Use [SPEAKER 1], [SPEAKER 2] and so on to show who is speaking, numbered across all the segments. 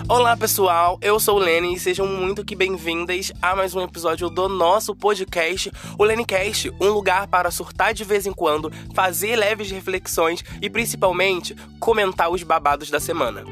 [SPEAKER 1] Olá pessoal, eu sou o Lene e sejam muito que bem-vindas a mais um episódio do nosso podcast, o LeneCast, um lugar para surtar de vez em quando, fazer leves reflexões e principalmente comentar os babados da semana.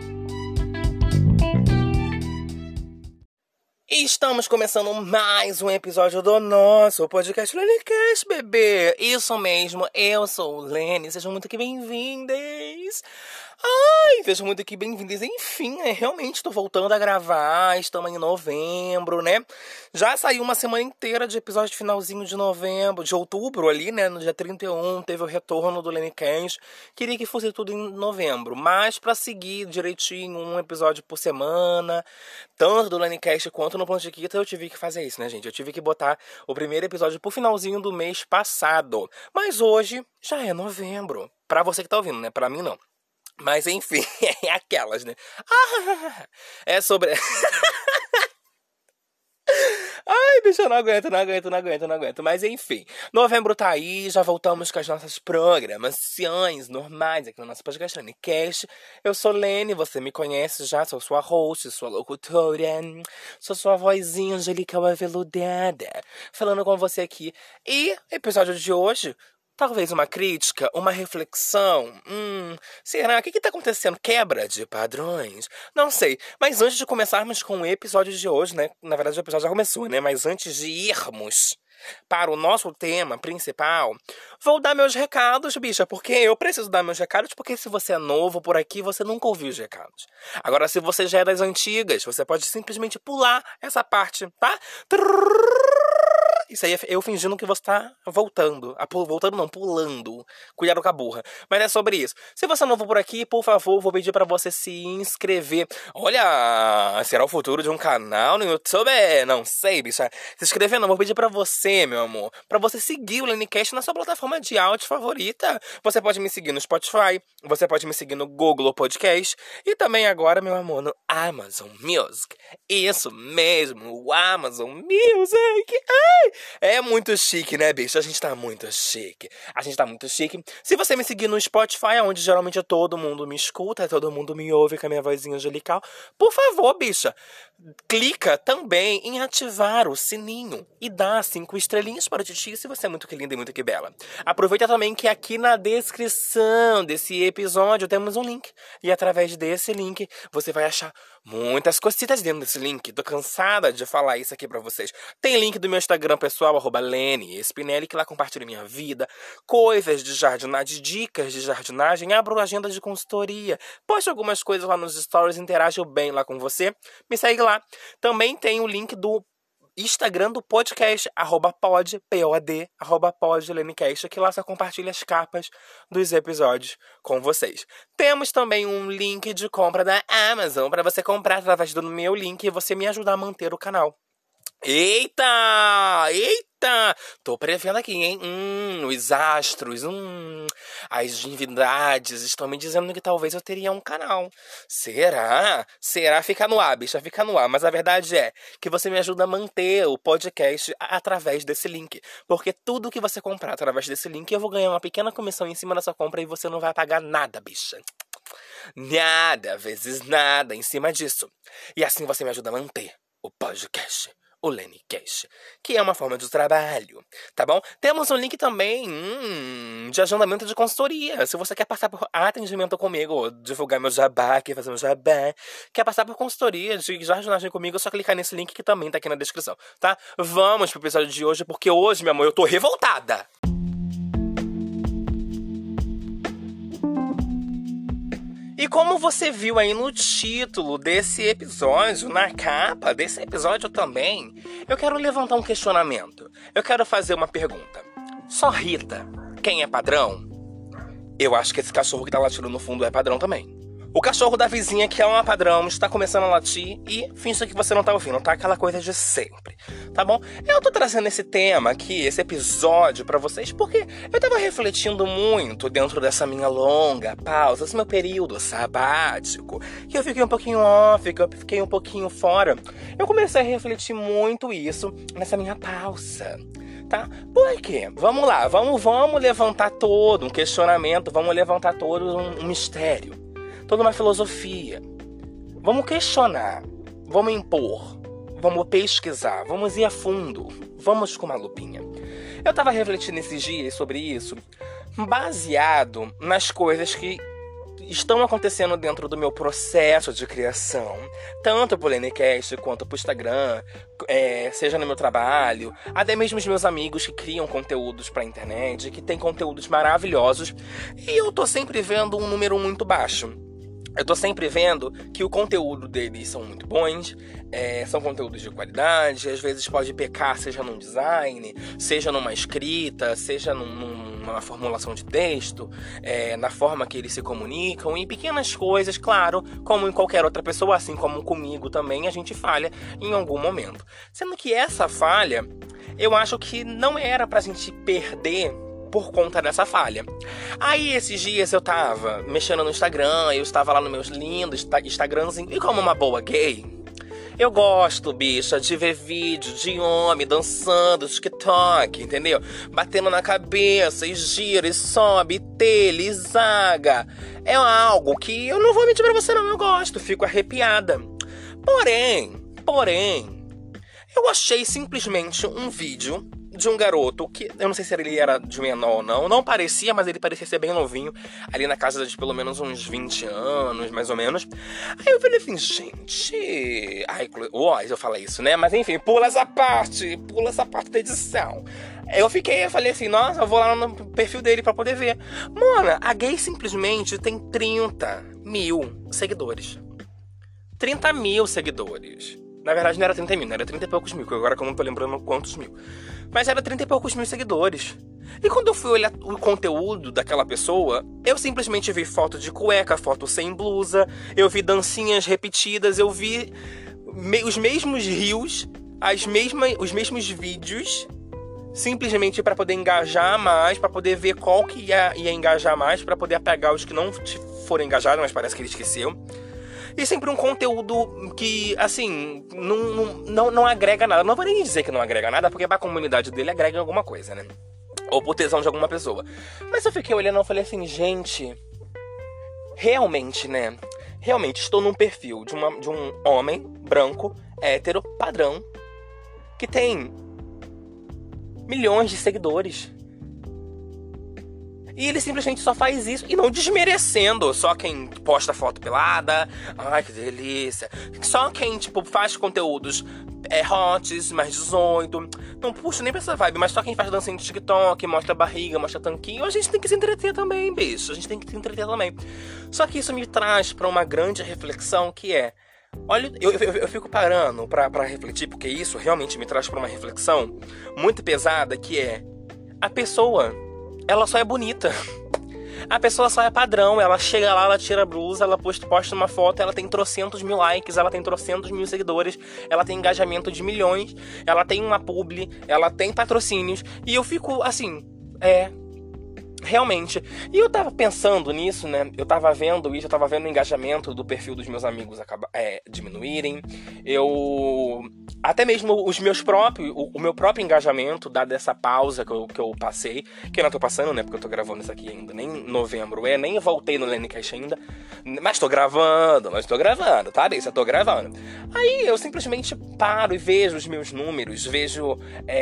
[SPEAKER 1] E estamos começando mais um episódio do nosso podcast LeneCast, bebê! Isso mesmo, eu sou o Lene, sejam muito que bem-vindas! Ai, sejam muito que bem-vindas. Enfim, realmente tô voltando a gravar, estamos em novembro, né? Já saiu uma semana inteira de episódio de finalzinho de novembro, de outubro ali, né? No dia 31, teve o retorno do LeneCast. Queria que fosse tudo em novembro, mas pra seguir direitinho, um episódio por semana, tanto do LeneCast quanto no Ponto de Quita, eu tive que fazer isso, né, gente? Eu tive que botar o primeiro episódio pro finalzinho do mês passado. Mas hoje já é novembro. Pra você que tá ouvindo, né? Pra mim, não. Mas enfim, é aquelas, né? É sobre... Ai, bicho, eu não aguento. Mas enfim, novembro tá aí, já voltamos com as nossas programações normais aqui no nosso podcast LeneCast. Eu sou Lene, você me conhece já, sou sua host, sua locutora, sou sua vozinha angelical aveludada, falando com você aqui. E episódio de hoje... talvez uma crítica, uma reflexão. Será? O que tá acontecendo? Quebra de padrões? Não sei. Mas antes de começarmos com o episódio de hoje, né? Na verdade, o episódio já começou, né? Mas antes de irmos para o nosso tema principal, vou dar meus recados, bicha. Porque eu preciso dar meus recados, porque se você é novo por aqui, você nunca ouviu os recados. Agora, se você já é das antigas, você pode simplesmente pular essa parte, tá? Isso aí é eu fingindo que você tá voltando. Voltando não, pulando. Cuidado com a burra. Mas é sobre isso. Se você é novo por aqui, por favor, vou pedir pra você se inscrever. Olha, será o futuro de um canal no YouTube? Não sei, bicha. Se inscrever não, vou pedir pra você, meu amor. Pra você seguir o LeneCast na sua plataforma de áudio favorita. Você pode me seguir no Spotify. Você pode me seguir no Google Podcast. E também agora, meu amor, no Amazon Music. Isso mesmo, o Amazon Music. Ai! É muito chique, né, bicho? A gente tá muito chique. Se você me seguir no Spotify, onde geralmente todo mundo me escuta, todo mundo me ouve com a minha vozinha angelical, por favor, bicha, clica também em ativar o sininho e dá 5 estrelinhas para o titi se você é muito que linda e muito que bela. Aproveita também que aqui na descrição desse episódio temos um link. E através desse link você vai achar muitas cositas dentro desse link. Tô cansada de falar isso aqui pra vocês. Tem link do meu Instagram pessoal, @Lene Spinelli, que lá compartilho minha vida, coisas de jardinagem, dicas de jardinagem, abro agenda de consultoria, posto algumas coisas lá nos stories, interajo bem lá com você. Me segue lá. Também tem o link do Instagram do podcast, @pod, P-O-D, @pod LeneCast, que lá só compartilha as capas dos episódios com vocês. Temos também um link de compra da Amazon para você comprar através do meu link e você me ajudar a manter o canal. Eita! Tô prevendo aqui, hein? Os astros, as divindades estão me dizendo que talvez eu teria um canal. Será? Fica no ar, bicha, fica no ar. Mas a verdade é que você me ajuda a manter o podcast através desse link. Porque tudo que você comprar através desse link, eu vou ganhar uma pequena comissão em cima da sua compra e você não vai pagar nada, bicha. Nada, vezes nada em cima disso. E assim você me ajuda a manter o podcast, o LeneCast, que é uma forma de trabalho, tá bom? Temos um link também de agendamento de consultoria. Se você quer passar por atendimento comigo, ou divulgar meu jabá aqui, fazer meu jabá, quer passar por consultoria de jardinagem comigo, é só clicar nesse link que também tá aqui na descrição, tá? Vamos pro episódio de hoje, porque hoje, meu amor, eu tô revoltada! E como você viu aí no título desse episódio, na capa desse episódio também, eu quero levantar um questionamento. Eu quero fazer uma pergunta. Só Rita, quem é padrão? Eu acho que esse cachorro que tá latindo no fundo é padrão também. O cachorro da vizinha, que é uma padrão, está começando a latir e finge que você não tá ouvindo, tá? Aquela coisa de sempre, tá bom? Eu tô trazendo esse tema aqui, esse episódio pra vocês, porque eu tava refletindo muito dentro dessa minha longa pausa, esse meu período sabático, que eu fiquei um pouquinho off, que eu fiquei um pouquinho fora. Eu comecei a refletir muito isso nessa minha pausa, tá? Por quê? Vamos lá, vamos levantar todo um questionamento, vamos levantar todo um mistério. Toda uma filosofia. Vamos questionar, vamos impor, vamos pesquisar, vamos ir a fundo, vamos com uma lupinha. Eu tava refletindo esses dias sobre isso, baseado nas coisas que estão acontecendo dentro do meu processo de criação, tanto pro LNCast quanto pro Instagram, seja no meu trabalho, até mesmo os meus amigos que criam conteúdos pra internet, que tem conteúdos maravilhosos, e eu tô sempre vendo um número muito baixo. Eu tô sempre vendo que o conteúdo deles são muito bons, são conteúdos de qualidade, às vezes pode pecar, seja num design, seja numa escrita, seja numa formulação de texto, na forma que eles se comunicam, em pequenas coisas, claro, como em qualquer outra pessoa, assim como comigo também, a gente falha em algum momento. Sendo que essa falha, eu acho que não era pra gente perder por conta dessa falha. Aí esses dias eu tava mexendo no Instagram, eu estava lá nos meus lindos Instagramzinho, e como uma boa gay, eu gosto, bicha, de ver vídeo de homem dançando TikTok, entendeu? Batendo na cabeça, e gira, e sobe, e telha, e zaga. É algo que eu não vou mentir pra você não, eu gosto, fico arrepiada. Porém, eu achei simplesmente um vídeo de um garoto que, eu não sei se ele era de menor ou não parecia, mas ele parecia ser bem novinho, ali na casa de pelo menos uns 20 anos, mais ou menos. Aí eu falei assim, gente... Ai, eu falei isso, né? Mas enfim, pula essa parte da edição. Eu falei assim, nossa, eu vou lá no perfil dele pra poder ver. Mano, a gay simplesmente tem 30 mil seguidores. 30 mil seguidores. Na verdade não era 30 mil, era 30 e poucos mil, que agora que eu não tô lembrando quantos mil. Mas era 30 e poucos mil seguidores. E quando eu fui olhar o conteúdo daquela pessoa, eu simplesmente vi foto de cueca, foto sem blusa, eu vi dancinhas repetidas, eu vi os mesmos reels, os mesmos vídeos, simplesmente para poder engajar mais, para poder ver qual que ia engajar mais, para poder apagar os que não foram engajados, mas parece que ele esqueceu. E sempre um conteúdo que, assim, não agrega nada. Não vou nem dizer que não agrega nada, porque pra comunidade dele agrega alguma coisa, né? Ou pro tesão de alguma pessoa. Mas eu fiquei olhando e falei assim, gente... Realmente, né? Realmente, estou num perfil de um homem branco, hétero, padrão, que tem milhões de seguidores. E ele simplesmente só faz isso, e não desmerecendo só quem posta foto pelada, ai que delícia, só quem, tipo, faz conteúdos hots, mais 18, não puxa nem pra essa vibe, mas só quem faz dancinha de TikTok, mostra barriga, mostra tanquinho, a gente tem que se entreter também, bicho, a gente tem que se entreter também. Só que isso me traz pra uma grande reflexão que é, olha, eu fico parando pra refletir, porque isso realmente me traz pra uma reflexão muito pesada, que é, a pessoa... ela só é bonita. A pessoa só é padrão. Ela chega lá, ela tira a blusa, ela posta uma foto, ela tem trocentos mil likes, ela tem trocentos mil seguidores, ela tem engajamento de milhões, ela tem uma publi, ela tem patrocínios. E eu fico assim, realmente. E eu tava pensando nisso, né? Eu tava vendo isso, eu tava vendo o engajamento do perfil dos meus amigos diminuírem. Até mesmo o meu próprio engajamento, dada essa pausa que eu passei, que eu não tô passando, né? Porque eu tô gravando isso aqui ainda, nem novembro nem voltei no LNCast ainda. Mas tô gravando, tá? Isso, eu tô gravando. Aí eu simplesmente paro e vejo os meus números, vejo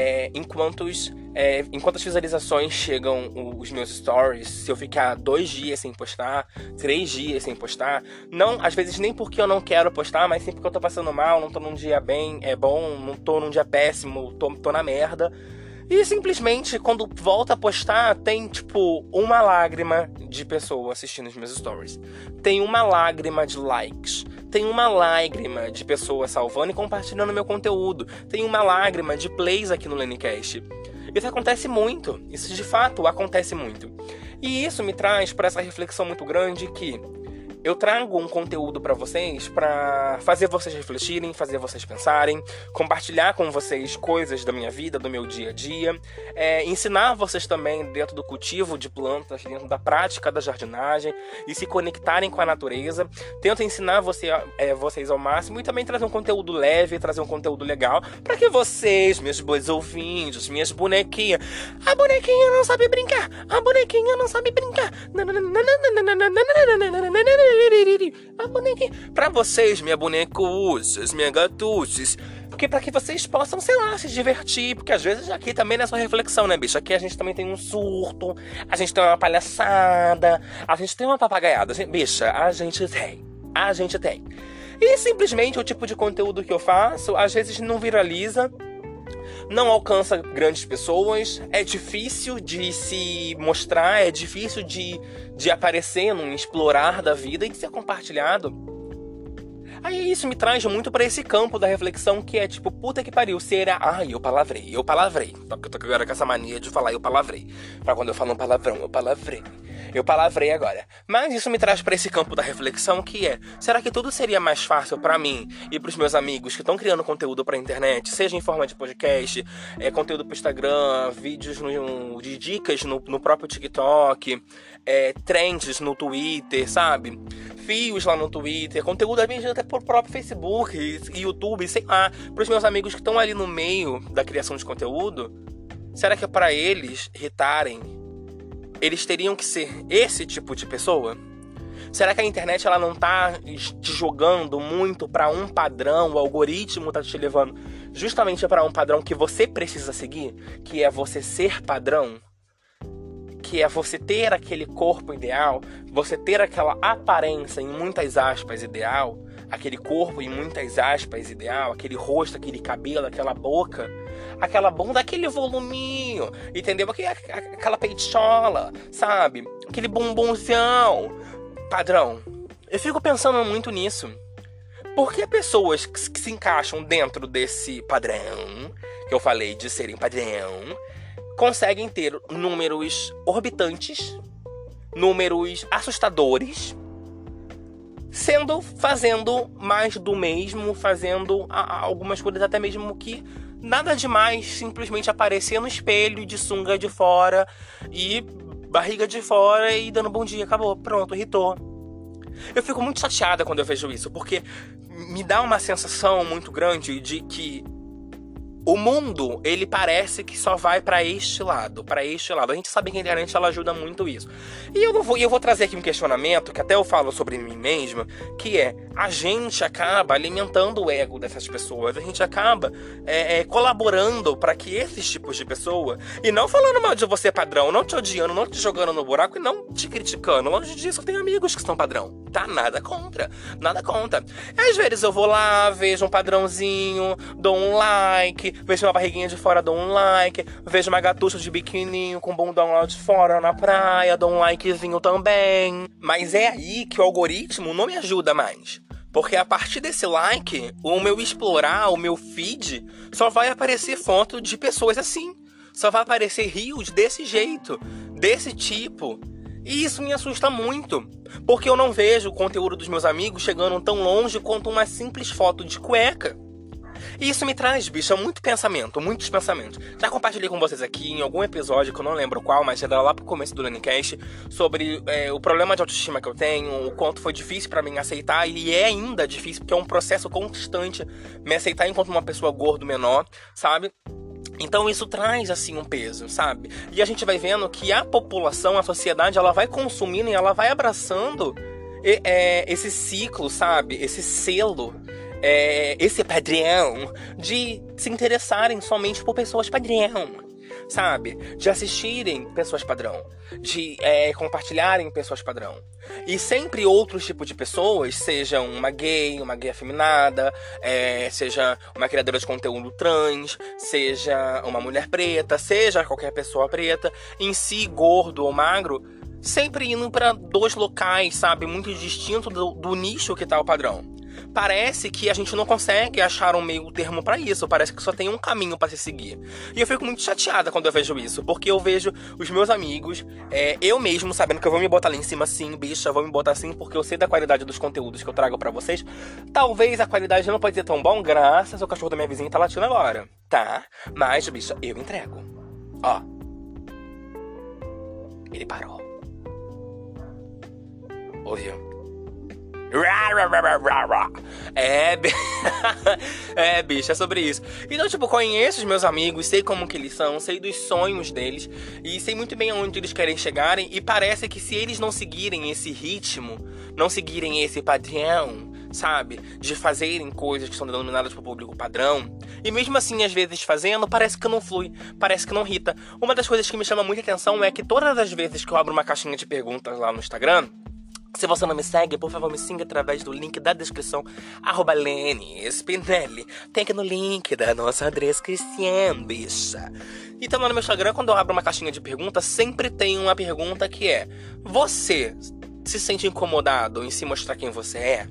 [SPEAKER 1] enquanto as visualizações chegam os meus stories, se eu ficar 2 dias sem postar, 3 dias sem postar, não, às vezes nem porque eu não quero postar, mas sim porque eu tô passando mal, não tô num dia bom, não tô num dia péssimo, tô na merda. E simplesmente, quando volta a postar, tem, tipo, uma lágrima de pessoa assistindo os meus stories. Tem uma lágrima de likes. Tem uma lágrima de pessoa salvando e compartilhando meu conteúdo. Tem uma lágrima de plays aqui no LNCast. Isso acontece muito. Isso, de fato, acontece muito. E isso me traz para essa reflexão muito grande que... eu trago um conteúdo pra vocês, pra fazer vocês refletirem, fazer vocês pensarem, compartilhar com vocês coisas da minha vida, do meu dia a dia, ensinar vocês também dentro do cultivo de plantas, dentro da prática da jardinagem e se conectarem com a natureza. Tento ensinar vocês ao máximo e também trazer um conteúdo leve, trazer um conteúdo legal pra que vocês, meus bons ouvintes, minhas bonequinhas, a bonequinha não sabe brincar, a bonequinha não sabe brincar, a bonequinha. Pra vocês, minha bonecuchas, minha gatuches. Porque pra que vocês possam, sei lá, se divertir. Porque às vezes aqui também não é só reflexão, né, bicho? Aqui a gente também tem um surto, a gente tem uma palhaçada, a gente tem uma papagaiada. Bicha, a gente tem. A gente tem. E simplesmente o tipo de conteúdo que eu faço, às vezes não viraliza, não alcança grandes pessoas, é difícil de se mostrar, é difícil de aparecer num explorar da vida e de ser compartilhado. Aí isso me traz muito pra esse campo da reflexão que é tipo, puta que pariu, será... Ai, eu palavrei. Só que eu tô agora com essa mania de falar eu palavrei. Pra quando eu falo um palavrão, eu palavrei agora. Mas isso me traz pra esse campo da reflexão que é, será que tudo seria mais fácil pra mim e pros meus amigos que estão criando conteúdo pra internet, seja em forma de podcast, conteúdo pro Instagram, vídeos de dicas no próprio TikTok, trends no Twitter, sabe? Fios lá no Twitter, conteúdo até pro próprio Facebook e YouTube, sei lá, pros meus amigos que estão ali no meio da criação de conteúdo, será que é pra eles irritarem? Eles teriam que ser esse tipo de pessoa? Será que a internet ela não tá te jogando muito pra um padrão, o algoritmo tá te levando justamente pra um padrão que você precisa seguir, que é você ser padrão? Que é você ter aquele corpo ideal, você ter aquela aparência, em muitas aspas, ideal, aquele corpo, em muitas aspas, ideal, aquele rosto, aquele cabelo, aquela boca, aquela bunda, aquele voluminho, entendeu? Aquela peitola, sabe? Aquele bumbumzão, padrão. Eu fico pensando muito nisso. Por que pessoas que se encaixam dentro desse padrão, que eu falei de serem padrão, conseguem ter números orbitantes, números assustadores, fazendo mais do mesmo, fazendo algumas coisas até mesmo que nada demais, simplesmente aparecer no espelho de sunga de fora e barriga de fora e dando bom dia, acabou, pronto, irritou. Eu fico muito chateada quando eu vejo isso, porque me dá uma sensação muito grande de que o mundo, ele parece que só vai pra este lado, A gente sabe que a internet, ela ajuda muito isso. E eu vou trazer aqui um questionamento, que até eu falo sobre mim mesma, que é, a gente acaba alimentando o ego dessas pessoas, a gente acaba colaborando pra que esses tipos de pessoa, e não falando mal de você padrão, não te odiando, não te jogando no buraco e não te criticando, longe disso, eu tenho amigos que são padrão, tá? Nada contra. Às vezes eu vou lá, vejo um padrãozinho, dou um like, vejo uma barriguinha de fora, dou um like, vejo uma gatucha de biquininho com bundão lá de fora na praia, dou um likezinho também. Mas é aí que o algoritmo não me ajuda mais. Porque a partir desse like, o meu explorar, o meu feed, só vai aparecer foto de pessoas assim. Só vai aparecer rios desse jeito, desse tipo. E isso me assusta muito, porque eu não vejo o conteúdo dos meus amigos chegando tão longe quanto uma simples foto de cueca. E isso me traz, bicho, muitos pensamentos. Já compartilhei com vocês aqui em algum episódio, que eu não lembro qual, mas era lá pro começo do Lenicast, sobre o problema de autoestima que eu tenho, o quanto foi difícil pra mim aceitar, e é ainda difícil, porque é um processo constante me aceitar enquanto uma pessoa gordo menor, sabe? Então isso traz, assim, um peso, sabe? E a gente vai vendo que a população, a sociedade, ela vai consumindo e ela vai abraçando esse ciclo, sabe? Esse selo, esse padrão de se interessarem somente por pessoas padrão, sabe? De assistirem pessoas padrão, de compartilharem pessoas padrão. E sempre outros tipos de pessoas, seja uma gay afeminada, seja uma criadora de conteúdo trans, seja uma mulher preta, seja qualquer pessoa preta, em si gordo ou magro, sempre indo para dois locais, sabe? Muito distinto do nicho que tá o padrão. Parece que a gente não consegue achar um meio termo pra isso. Parece que só tem um caminho pra se seguir. E eu fico muito chateada quando eu vejo isso, porque eu vejo os meus amigos, eu mesmo, sabendo que eu vou me botar lá em cima sim, bicha, eu vou me botar assim, porque eu sei da qualidade dos conteúdos que eu trago pra vocês. Talvez a qualidade não pode ser tão bom, graças ao cachorro da minha vizinha tá latindo agora, tá? Mas, bicha, eu entrego. Ó. Ele parou. Ouviu? Bicho, é sobre isso. Então, tipo, conheço os meus amigos, sei como que eles são, sei dos sonhos deles e sei muito bem aonde eles querem chegarem. E parece que se eles não seguirem esse ritmo, não seguirem esse padrão, sabe, de fazerem coisas que são denominadas pro público padrão, e mesmo assim, às vezes fazendo, parece que não flui, parece que não irrita. Uma das coisas que me chama muita atenção é que todas as vezes que eu abro uma caixinha de perguntas lá no Instagram, se você não me segue, por favor, me siga através do link da descrição, @Lene Spinelli. Tem aqui no link da nossa Andressa Cristiane, bicha. Então lá no meu Instagram, quando eu abro uma caixinha de perguntas, sempre tem uma pergunta que é: você se sente incomodado em se mostrar quem você é?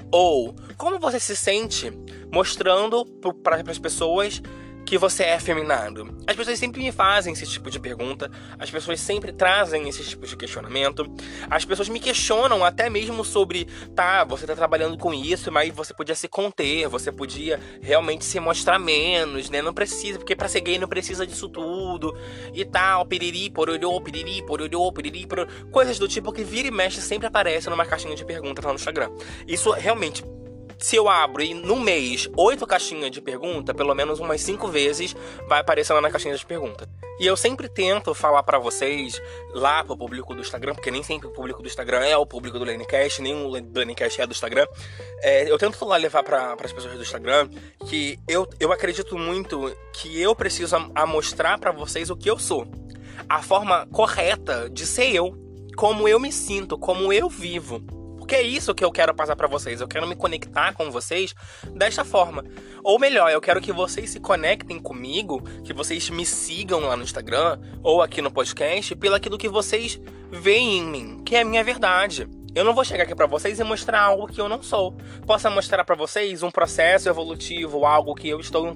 [SPEAKER 1] Ou como você se sente mostrando para as pessoas que você é afeminado? As pessoas sempre me fazem esse tipo de pergunta, as pessoas sempre trazem esse tipo de questionamento, as pessoas me questionam até mesmo sobre, você tá trabalhando com isso, mas você podia se conter, você podia realmente se mostrar menos, né? Não precisa, porque pra ser gay não precisa disso tudo, e tal, piriri, pororô, piriri, pororô, piriri, pororô, coisas do tipo que vira e mexe sempre aparece numa caixinha de perguntas lá no Instagram. Isso realmente... Se eu abro e no mês 8 caixinhas de pergunta, pelo menos umas 5 vezes vai aparecer lá na caixinha de pergunta. E eu sempre tento falar pra vocês, lá pro público do Instagram, porque nem sempre o público do Instagram é o público do Lenecast, nem o Lenecast é do Instagram. Eu tento lá levar pras pessoas do Instagram que eu acredito muito que eu preciso mostrar pra vocês o que eu sou. A forma correta de ser eu, como eu me sinto, como eu vivo. Porque é isso que eu quero passar pra vocês. Eu quero me conectar com vocês desta forma. Ou melhor, eu quero que vocês se conectem comigo, que vocês me sigam lá no Instagram ou aqui no podcast pelo aquilo que vocês veem em mim, que é a minha verdade. Eu não vou chegar aqui pra vocês e mostrar algo que eu não sou. Posso mostrar pra vocês um processo evolutivo, algo que eu estou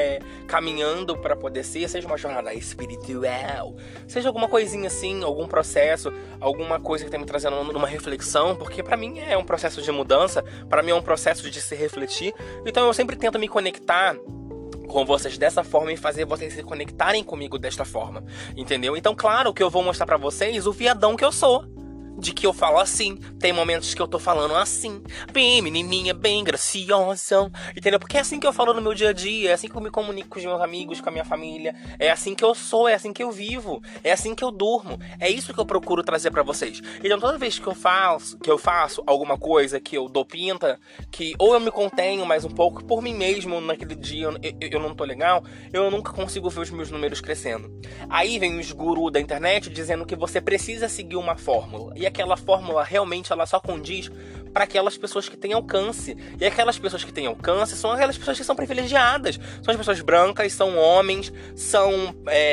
[SPEAKER 1] caminhando pra poder ser, seja uma jornada espiritual, seja alguma coisinha assim, algum processo, alguma coisa que tá me trazendo numa reflexão, porque pra mim é um processo de mudança, pra mim é um processo de se refletir. Então eu sempre tento me conectar com vocês dessa forma e fazer vocês se conectarem comigo desta forma, entendeu? Então claro que eu vou mostrar pra vocês o viadão que eu sou. De que eu falo assim, tem momentos que eu tô falando assim, bem menininha, bem graciosa, entendeu? Porque é assim que eu falo no meu dia a dia, é assim que eu me comunico com os meus amigos, com a minha família, é assim que eu sou, é assim que eu vivo, é assim que eu durmo, é isso que eu procuro trazer pra vocês. Então toda vez que eu faço alguma coisa, que eu dou pinta, que ou eu me contenho mais um pouco, por mim mesmo, naquele dia eu não tô legal, eu nunca consigo ver os meus números crescendo. Aí vem os gurus da internet dizendo que você precisa seguir uma fórmula, e aquela fórmula realmente ela só condiz para aquelas pessoas que têm alcance. E aquelas pessoas que têm alcance são aquelas pessoas que são privilegiadas. São as pessoas brancas, são homens, são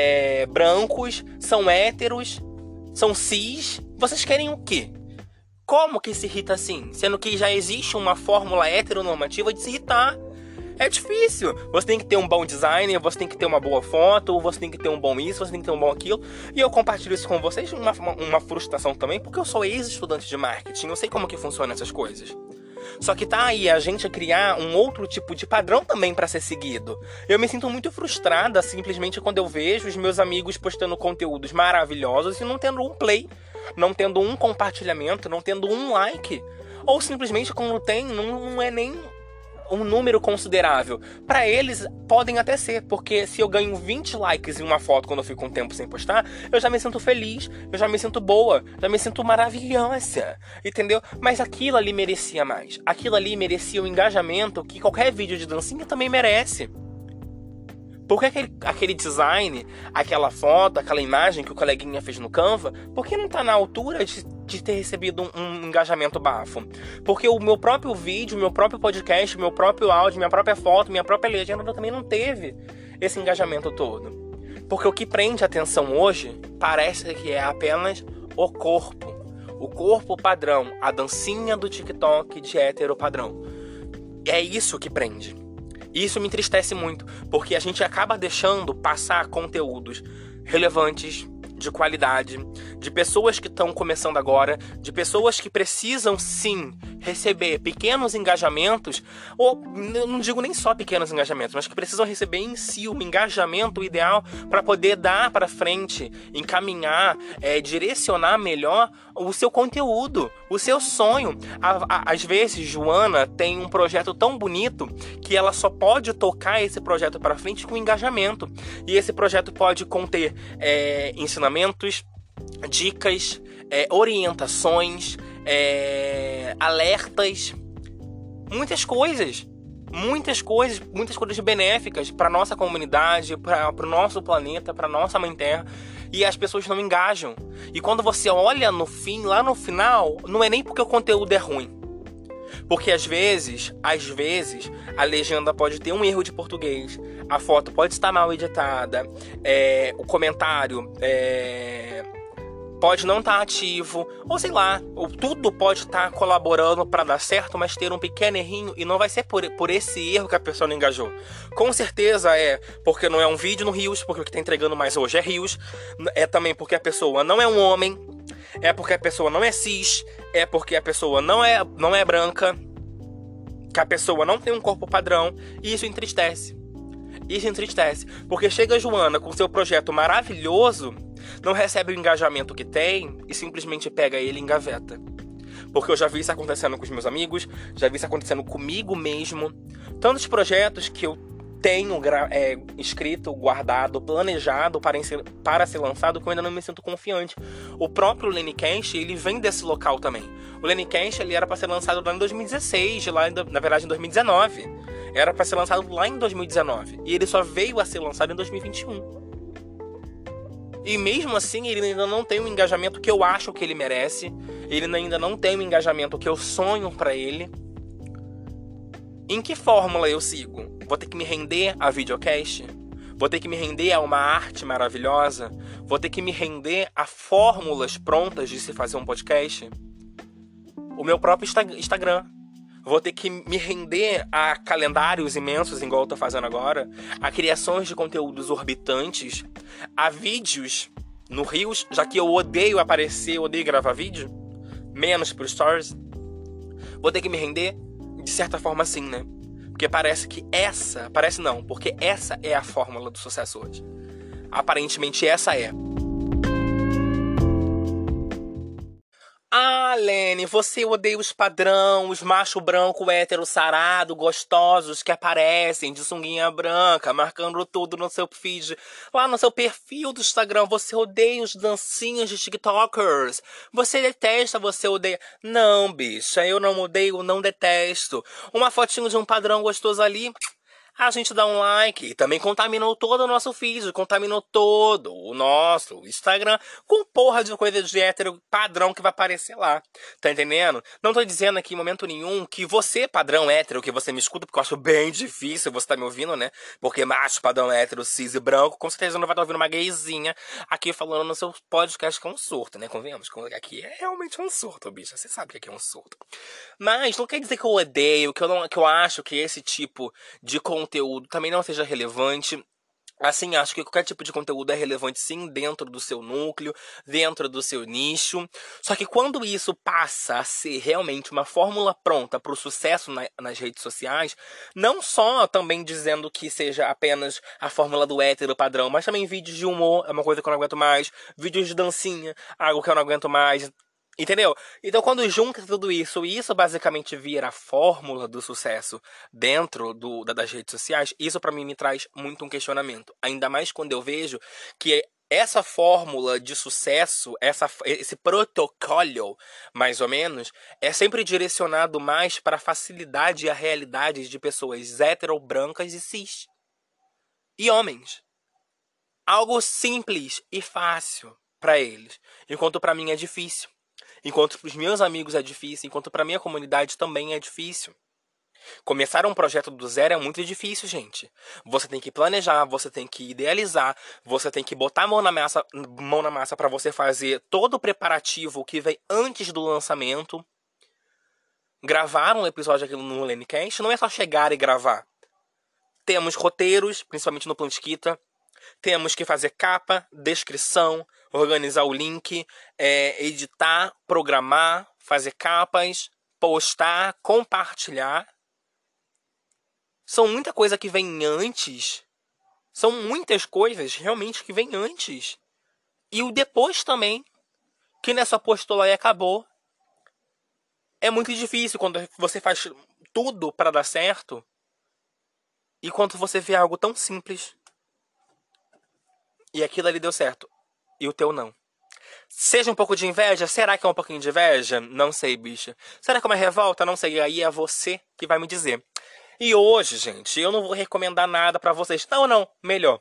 [SPEAKER 1] brancos, são héteros, são cis. Vocês querem o quê? Como que se irrita assim? Sendo que já existe uma fórmula heteronormativa de se irritar. É difícil. Você tem que ter um bom design, você tem que ter uma boa foto, você tem que ter um bom isso, você tem que ter um bom aquilo. E eu compartilho isso com vocês, uma frustração também, porque eu sou ex-estudante de marketing, eu sei como que funcionam essas coisas. Só que tá aí a gente criar um outro tipo de padrão também pra ser seguido. Eu me sinto muito frustrada simplesmente quando eu vejo os meus amigos postando conteúdos maravilhosos e não tendo um play, não tendo um compartilhamento, não tendo um like. Ou simplesmente quando tem, não é nem um número considerável. Pra eles, podem até ser, porque se eu ganho 20 likes em uma foto quando eu fico um tempo sem postar, eu já me sinto feliz, eu já me sinto boa, já me sinto maravilhosa, entendeu? Mas aquilo ali merecia mais. Aquilo ali merecia o engajamento que qualquer vídeo de dancinha também merece. Porque aquele design, aquela foto, aquela imagem que o coleguinha fez no Canva, por que não tá na altura de ter recebido um engajamento bafo? Porque o meu próprio vídeo, o meu próprio podcast, o meu próprio áudio, minha própria foto, minha própria legenda também não teve esse engajamento todo. Porque o que prende a atenção hoje parece que é apenas o corpo. O corpo padrão, a dancinha do TikTok de hétero padrão. É isso que prende. E isso me entristece muito, porque a gente acaba deixando passar conteúdos relevantes, de qualidade, de pessoas que estão começando agora, de pessoas que precisam sim receber pequenos engajamentos, ou eu não digo nem só pequenos engajamentos, mas que precisam receber em si um engajamento ideal para poder dar para frente, encaminhar, direcionar melhor o seu conteúdo, o seu sonho. Às vezes, Joana tem um projeto tão bonito que ela só pode tocar esse projeto para frente com engajamento. E esse projeto pode conter ensinamentos, dicas, orientações, alertas, muitas coisas benéficas para nossa comunidade, para o nosso planeta, para nossa mãe terra, e as pessoas não engajam. E quando você olha no fim, lá no final, não é nem porque o conteúdo é ruim, porque às vezes a legenda pode ter um erro de português, a foto pode estar mal editada, o comentário pode não estar ativo, ou sei lá, ou tudo pode estar colaborando para dar certo, mas ter um pequeno errinho, e não vai ser por esse erro que a pessoa não engajou. Com certeza é porque não é um vídeo no Reels, porque o que está entregando mais hoje é Reels, é também porque a pessoa não é um homem, é porque a pessoa não é cis, é porque a pessoa não é branca, que a pessoa não tem um corpo padrão, e isso entristece. Isso entristece, porque chega a Joana com seu projeto maravilhoso, não recebe o engajamento que tem e simplesmente pega ele e engaveta. Porque eu já vi isso acontecendo com os meus amigos, já vi isso acontecendo comigo mesmo. Tantos projetos que eu tenho escrito, guardado, planejado para ser lançado, que eu ainda não me sinto confiante. O próprio Lenicast, ele vem desse local também. O Lenicast, ele era para ser lançado lá em 2016, na verdade em 2019. Era para ser lançado lá em 2019. E ele só veio a ser lançado em 2021. E mesmo assim, ele ainda não tem o engajamento que eu acho que ele merece. Ele ainda não tem o engajamento que eu sonho para ele. Em que fórmula eu sigo? Vou ter que me render a videocast? Vou ter que me render a uma arte maravilhosa? Vou ter que me render a fórmulas prontas de se fazer um podcast? O meu próprio Instagram. Vou ter que me render a calendários imensos, igual eu tô fazendo agora, a criações de conteúdos orbitantes, a vídeos no Reels, já que eu odeio aparecer, odeio gravar vídeo, menos pro Stories. Vou ter que me render de certa forma assim, né? Porque porque essa é a fórmula do sucesso hoje. Aparentemente essa é. Ah, Lene, você odeia os padrão, os macho branco, hétero, sarado, gostosos que aparecem de sunguinha branca, marcando tudo no seu feed. Lá no seu perfil do Instagram, você odeia os dancinhos de TikTokers. Você detesta, você odeia. Não, bicha, eu não odeio, não detesto. Uma fotinho de um padrão gostoso ali, a gente dá um like. E também contaminou todo o nosso feed, contaminou todo o nosso Instagram com porra de coisa de hétero padrão que vai aparecer lá. Tá entendendo? Não tô dizendo aqui em momento nenhum que você, padrão hétero, que você me escuta, porque eu acho bem difícil você tá me ouvindo, né? Porque macho, padrão hétero, cis e branco, com certeza não vai estar ouvindo uma gayzinha aqui falando no seu podcast que é um surto, né? Convenhamos, aqui é realmente um surto, bicha. Você sabe que aqui é um surto. Mas não quer dizer que eu odeio, que eu acho que esse tipo de conteúdo também não seja relevante. Assim, acho que qualquer tipo de conteúdo é relevante sim dentro do seu núcleo, dentro do seu nicho. Só que quando isso passa a ser realmente uma fórmula pronta para o sucesso nas redes sociais, não só também dizendo que seja apenas a fórmula do hétero padrão, mas também vídeos de humor, é uma coisa que eu não aguento mais, vídeos de dancinha, algo que eu não aguento mais. Entendeu? Então, quando junta tudo isso, e isso basicamente vira a fórmula do sucesso dentro das redes sociais, isso pra mim me traz muito um questionamento. Ainda mais quando eu vejo que essa fórmula de sucesso, esse protocolo, mais ou menos, é sempre direcionado mais para a facilidade e a realidade de pessoas hétero, brancas e cis. E homens. Algo simples e fácil para eles, enquanto para mim é difícil. Enquanto para os meus amigos é difícil, enquanto para minha comunidade também é difícil. Começar um projeto do zero é muito difícil, gente. Você tem que planejar, você tem que idealizar, você tem que botar a mão na massa para você fazer todo o preparativo que vem antes do lançamento. Gravar um episódio aqui no Lenicast não é só chegar e gravar. Temos roteiros, principalmente no Plantiquita. Temos que fazer capa, descrição, organizar o link, editar, programar, fazer capas, postar, compartilhar. São muita coisa que vem antes. São muitas coisas realmente que vem antes. E o depois também, que nessa postou e acabou. É muito difícil quando você faz tudo para dar certo e quando você vê algo tão simples e aquilo ali deu certo e o teu não. Seja um pouco de inveja? Será que é um pouquinho de inveja? Não sei, bicha. Será que é uma revolta? Não sei. Aí é você que vai me dizer. E hoje, gente, eu não vou recomendar nada pra vocês. Não. Melhor.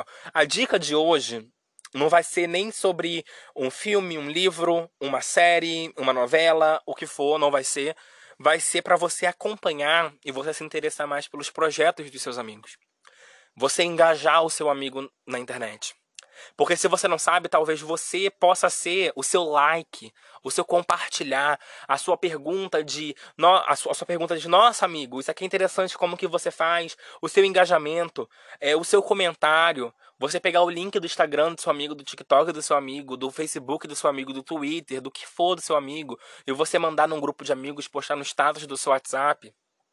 [SPEAKER 1] A dica de hoje não vai ser nem sobre um filme, um livro, uma série, uma novela, o que for, não vai ser. Vai ser pra você acompanhar e você se interessar mais pelos projetos dos seus amigos. Você engajar o seu amigo na internet. Porque se você não sabe, talvez você possa ser o seu like, o seu compartilhar, a sua pergunta de a sua pergunta de nossa amigo, isso aqui é interessante, como que você faz, o seu engajamento, o seu comentário, você pegar o link do Instagram do seu amigo, do TikTok do seu amigo, do Facebook do seu amigo, do Twitter, do que for do seu amigo, e você mandar num grupo de amigos, postar no status do seu WhatsApp.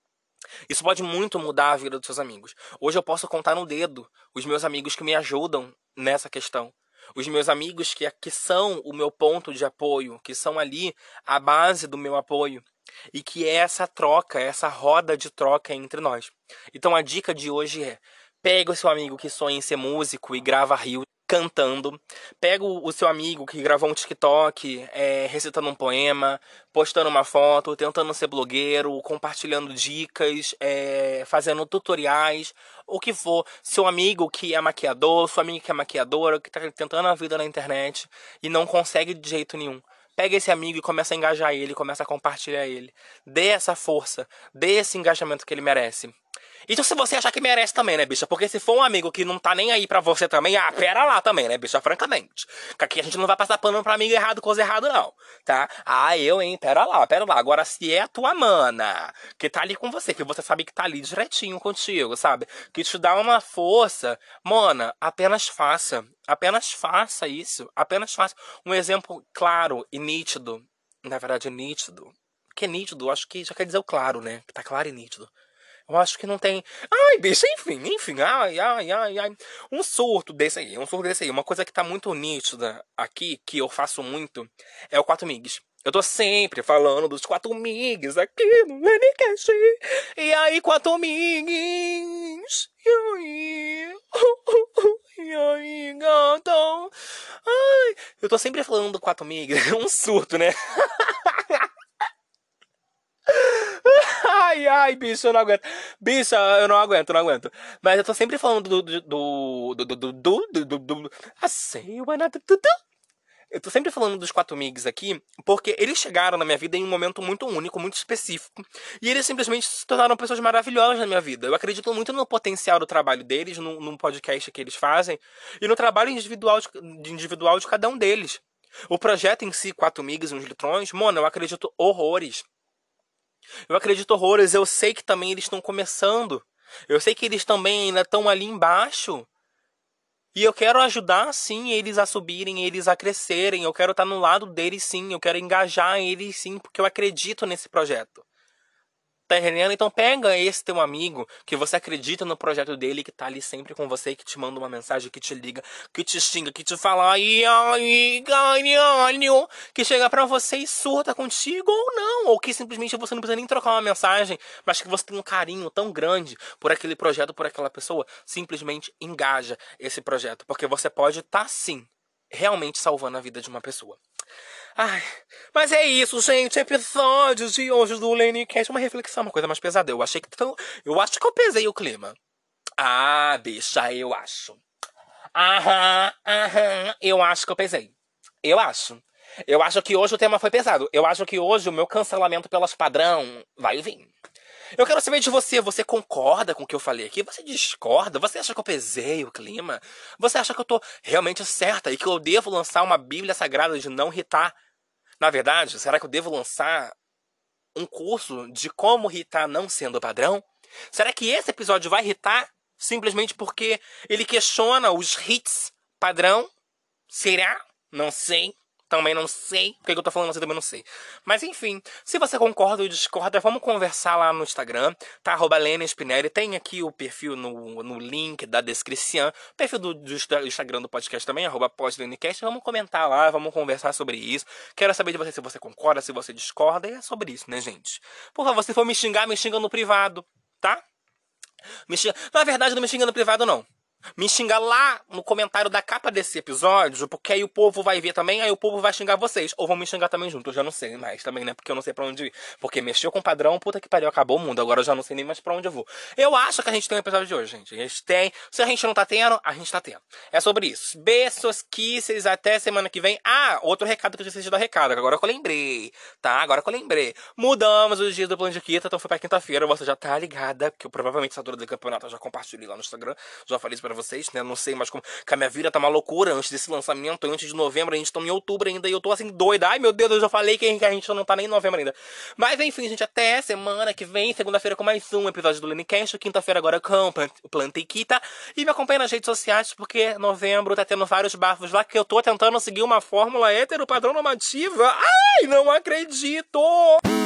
[SPEAKER 1] Isso pode muito mudar a vida dos seus amigos. Hoje eu posso contar no dedo os meus amigos que me ajudam nessa questão. Os meus amigos que são o meu ponto de apoio, que são ali a base do meu apoio. E que é essa troca, essa roda de troca entre nós. Então a dica de hoje é: pega o seu amigo que sonha em ser músico e grava reel cantando. Pega o seu amigo que gravou um TikTok recitando um poema, postando uma foto, tentando ser blogueiro, compartilhando dicas, fazendo tutoriais, o que for. Seu amigo que é maquiador, sua amiga que é maquiadora, que tá tentando a vida na internet e não consegue de jeito nenhum. Pega esse amigo e começa a engajar ele, começa a compartilhar ele. Dê essa força, dê esse engajamento que ele merece. Então se você achar que merece também, né, bicha? Porque se for um amigo que não tá nem aí pra você também, pera lá também, né, bicha? Francamente. Que aqui a gente não vai passar pano pra amigo errado, coisa errada, não, tá? Pera lá. Agora, se é a tua mana, que tá ali com você, que você sabe que tá ali direitinho contigo, sabe? Que te dá uma força, mana, apenas faça. Apenas faça isso. Apenas faça. Um exemplo claro e nítido. Na verdade, nítido. Que é nítido, acho que já quer dizer o claro, né? Que tá claro e nítido. Eu acho que não tem. Ai, bicho, enfim. Ai. Um surto desse aí. Uma coisa que tá muito nítida aqui, que eu faço muito, é o 4 migs. Eu tô sempre falando dos 4 migs aqui no Lenicast. E aí, 4 migs. E aí, gatão. Ai, eu tô sempre falando do 4 migs. É um surto, né? Ai, bicho, eu não aguento. Bicha, eu não aguento. Mas eu tô sempre falando eu tô sempre falando dos 4 migs aqui, porque eles chegaram na minha vida em um momento muito único, muito específico. E eles simplesmente se tornaram pessoas maravilhosas na minha vida. Eu acredito muito no potencial do trabalho deles, no podcast que eles fazem, e no trabalho individual de cada um deles. O projeto em si, 4 migs e uns litrões, mano, eu acredito horrores. Eu sei que também eles estão começando. Eu sei que eles também ainda estão ali embaixo. E eu quero ajudar, sim, eles a subirem, eles a crescerem. Eu quero estar no lado deles, sim. Eu quero engajar eles, sim, porque eu acredito nesse projeto. Tá entendendo? Então pega esse teu amigo que você acredita no projeto dele, que tá ali sempre com você, que te manda uma mensagem, que te liga, que te xinga, que te fala ai, ganho, que chega pra você e surta contigo ou não, ou que simplesmente você não precisa nem trocar uma mensagem, mas que você tem um carinho tão grande por aquele projeto, por aquela pessoa, simplesmente engaja esse projeto, porque você pode estar sim realmente salvando a vida de uma pessoa. Ai, mas é isso, gente. Episódio de hoje do Lenicast. Uma reflexão, uma coisa mais pesada. Eu acho que eu pesei o clima. Bicha, eu acho. Aham. Eu acho que eu pesei. Eu acho. Eu acho que hoje o tema foi pesado. Eu acho que hoje o meu cancelamento pelas padrão vai vir. Eu quero saber de você. Você concorda com o que eu falei aqui? Você discorda? Você acha que eu pesei o clima? Você acha que eu tô realmente certa e que eu devo lançar uma bíblia sagrada de não irritar? Na verdade, será que eu devo lançar um curso de como irritar não sendo padrão? Será que esse episódio vai irritar simplesmente porque ele questiona os hits padrão? Será? Não sei. Também não sei. Por que eu tô falando assim, também não sei. Mas enfim, se você concorda ou discorda, vamos conversar lá no Instagram, tá? @Lene Spinelli. Tem aqui o perfil no link da descrição. O perfil do Instagram do podcast também, @PodLeneCast. Vamos comentar lá, vamos conversar sobre isso. Quero saber de você se você concorda, se você discorda. E é sobre isso, né, gente? Por favor, se for me xingar no privado, tá? Na verdade, não me xinga no privado, não. Me xinga lá no comentário da capa desse episódio, porque aí o povo vai ver também, aí o povo vai xingar vocês. Ou vão me xingar também junto, eu já não sei mais também, né? Porque eu não sei pra onde ir. Porque mexeu com o padrão, puta que pariu, acabou o mundo. Agora eu já não sei nem mais pra onde eu vou. Eu acho que a gente tem um episódio de hoje, gente. A gente tem. Se a gente não tá tendo, a gente tá tendo. É sobre isso. Beijos, kisses, até semana que vem. Ah, outro recado que eu tinha esquecido de dar recado, agora que eu lembrei, tá? Agora que eu lembrei. Mudamos os dias do plano de quita, então foi pra quinta-feira, você já tá ligada, porque eu provavelmente essa altura do campeonato eu já compartilhei lá no Instagram, já falei isso pra vocês, né? Não sei mais como. Que a minha vida tá uma loucura antes desse lançamento, antes de novembro, a gente tá em outubro ainda, e eu tô assim doida. Ai meu Deus, eu já falei que a gente não tá nem em novembro ainda. Mas enfim, gente, até semana que vem, segunda-feira com mais um episódio do LeneCast, quinta-feira agora com Plantequita. E me acompanha nas redes sociais, porque novembro tá tendo vários bafos lá, que eu tô tentando seguir uma fórmula hétero padrão normativa. Ai, não acredito!